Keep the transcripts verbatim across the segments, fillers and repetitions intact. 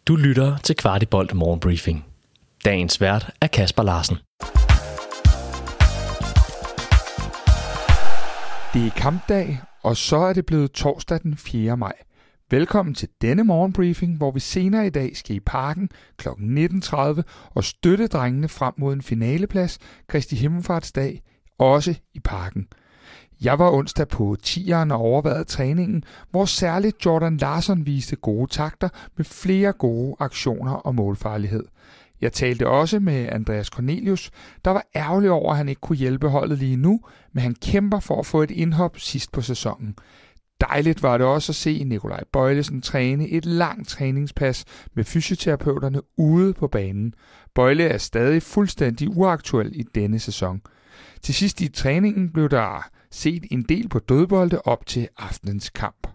Du lytter til Kvartibolt Morgenbriefing. Dagens vært er Kasper Larsen. Det er kampdag, og så er det blevet torsdag den fjerde maj. Velkommen til denne morgenbriefing, hvor vi senere i dag skal i Parken klokken nitten tredive og støtte drengene frem mod en finaleplads Kristi Himmelfartsdag, også i Parken. Jeg var onsdag på tieren og overvejede træningen, hvor særligt Jordan Larsson viste gode takter med flere gode aktioner og målfarlighed. Jeg talte også med Andreas Cornelius, der var ærgerlig over, at han ikke kunne hjælpe holdet lige nu, men han kæmper for at få et indhop sidst på sæsonen. Dejligt var det også at se Nikolaj Bøjlesen træne et langt træningspas med fysioterapeuterne ude på banen. Bøjle er stadig fuldstændig uaktuel i denne sæson. Til sidst i træningen blev der set en del på dødbolde op til aftenens kamp.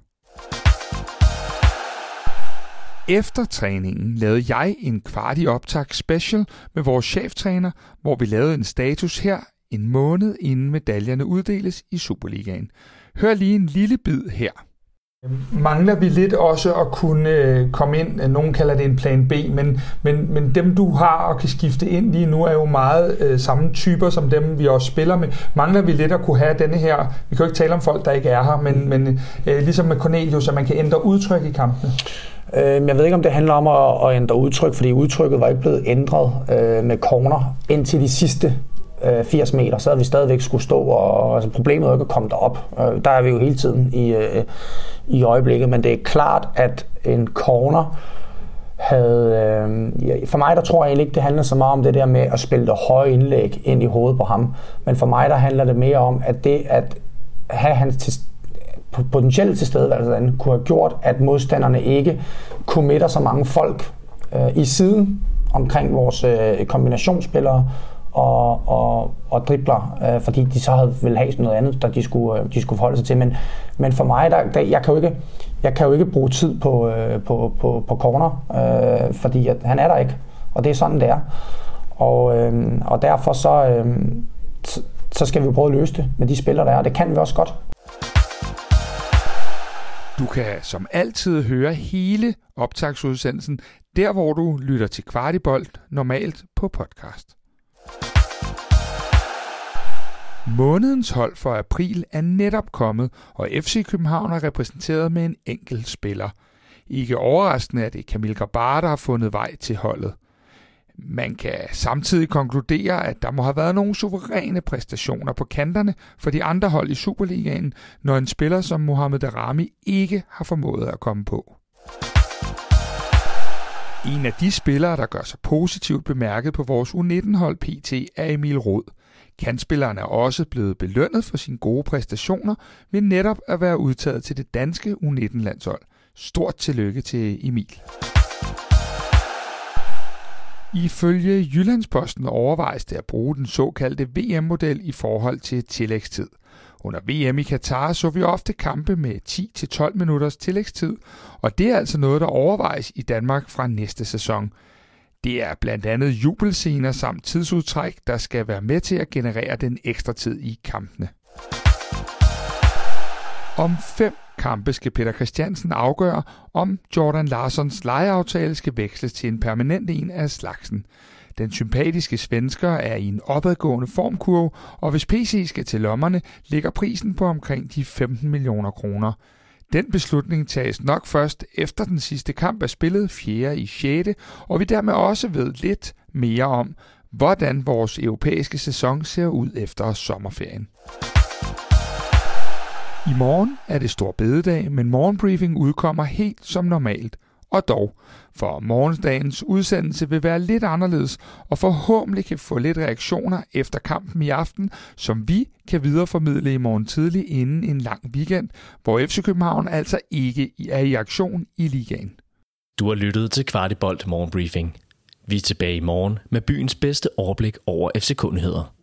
Efter træningen lavede jeg en kvarti optakt special med vores cheftræner, hvor vi lavede en status her en måned inden medaljerne uddeles i Superligaen. Hør lige en lille bid her. Mangler vi lidt også at kunne komme ind, nogen kalder det en plan B, men, men, men dem du har og kan skifte ind lige nu er jo meget øh, samme typer som dem vi også spiller med. Mangler vi lidt at kunne have denne her, vi kan jo ikke tale om folk der ikke er her, men, men øh, ligesom med Cornelius, at man kan ændre udtryk i kampene. Jeg ved ikke, om det handler om at, at ændre udtryk, fordi udtrykket var ikke blevet ændret øh, med corner indtil de sidste øh, firs meter. Så havde vi stadigvæk skulle stå, og altså, problemet er ikke at komme derop. Øh, der er vi jo hele tiden i, øh, i øjeblikket, men det er klart, at en corner havde... Øh, ja, for mig, der tror jeg egentlig ikke, det handler så meget om det der med at spille det høje indlæg ind i hovedet på ham. Men for mig, der handler det mere om, at det at have hans til potentielt tilstedeværelse kunne have gjort, at modstanderne ikke committer så mange folk øh, i siden omkring vores øh, kombinationsspillere og, og, og dribler, øh, fordi de så havde ville have sådan noget andet, der de skulle, øh, de skulle forholde sig til. Men, men for mig, der, der, jeg, kan jo ikke, jeg kan jo ikke bruge tid på, øh, på, på, på corner, øh, fordi at han er der ikke, og det er sådan, det er. Og, øh, og derfor så, øh, så skal vi prøve at løse det med de spillere, der er, og det kan vi også godt. Du kan som altid høre hele optagsudsendelsen, der hvor du lytter til Kvartibolt, normalt på podcast. Månedens hold for april er netop kommet, og F C København er repræsenteret med en enkelt spiller. Ikke overraskende er det Kamil Grabara, der har fundet vej til holdet. Man kan samtidig konkludere, at der må have været nogle suveræne præstationer på kanterne for de andre hold i Superligaen, når en spiller som Mohamed Daramy ikke har formået at komme på. En af de spillere, der gør sig positivt bemærket på vores U nitten-hold P T, er Emil Rod. Kantspilleren er også blevet belønnet for sine gode præstationer ved netop at være udtaget til det danske U nitten-landshold. Stort tillykke til Emil. Ifølge Jyllandsposten overvejes det at bruge den såkaldte V M-model i forhold til tillægstid. Under V M i Katar så vi ofte kampe med ti til tolv minutters tillægstid, og det er altså noget, der overvejes i Danmark fra næste sæson. Det er blandt andet jubelscener samt tidsudtræk, der skal være med til at generere den ekstra tid i kampene. Om fem kampe skal Peter Christiansen afgøre, om Jordan Larssons lejeaftale skal veksles til en permanent en af slagsen. Den sympatiske svensker er i en opadgående formkurve, og hvis P C skal til lommerne, ligger prisen på omkring de femten millioner kroner. Den beslutning tages nok først efter den sidste kamp er spillet fjerde i sjette, og vi dermed også ved lidt mere om, hvordan vores europæiske sæson ser ud efter sommerferien. I morgen er det stor bededag, men morgenbriefing udkommer helt som normalt. Og dog, for morgendagens udsendelse vil være lidt anderledes, og forhåbentlig kan få lidt reaktioner efter kampen i aften, som vi kan videreformidle i morgen tidlig inden en lang weekend, hvor F C København altså ikke er i aktion i ligaen. Du har lyttet til Kvartibolt Morgenbriefing. Vi er tilbage i morgen med byens bedste overblik over F C K-nyheder.